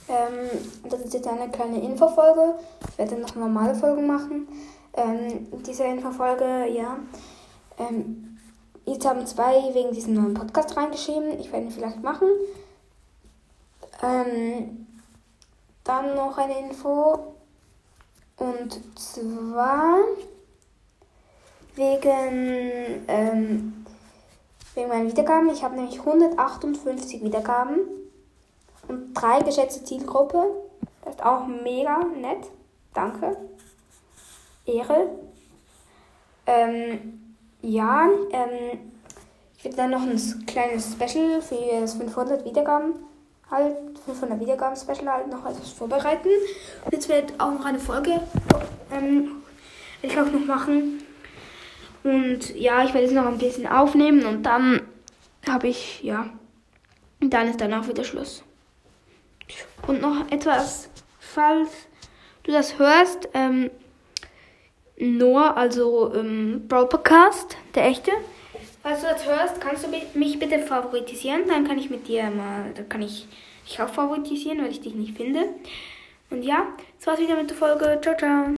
Das ist jetzt eine kleine Infofolge. Ich werde noch normale Folgen machen. Diese Infofolge, ja. Jetzt haben 2 wegen diesem neuen Podcast reingeschrieben. Ich werde ihn vielleicht machen. Dann noch eine Info. Und zwar wegen meinen Wiedergaben. Ich habe nämlich 158 Wiedergaben und 3 geschätzte Zielgruppe. Das ist auch mega nett. Danke. Ehre. Ich werde dann noch ein kleines Special für das 500 Wiedergaben Special halt noch etwas vorbereiten. Und jetzt wird auch noch eine Folge werde ich auch noch machen. Und ja, ich werde jetzt noch ein bisschen aufnehmen und dann dann ist danach wieder Schluss. Und noch etwas, falls du das hörst, Noah, also Brawl Podcast, der echte. Falls du das hörst, kannst du mich bitte favoritisieren, dann kann ich dich auch favoritisieren, weil ich dich nicht finde. Und ja, das war's wieder mit der Folge. Ciao, ciao.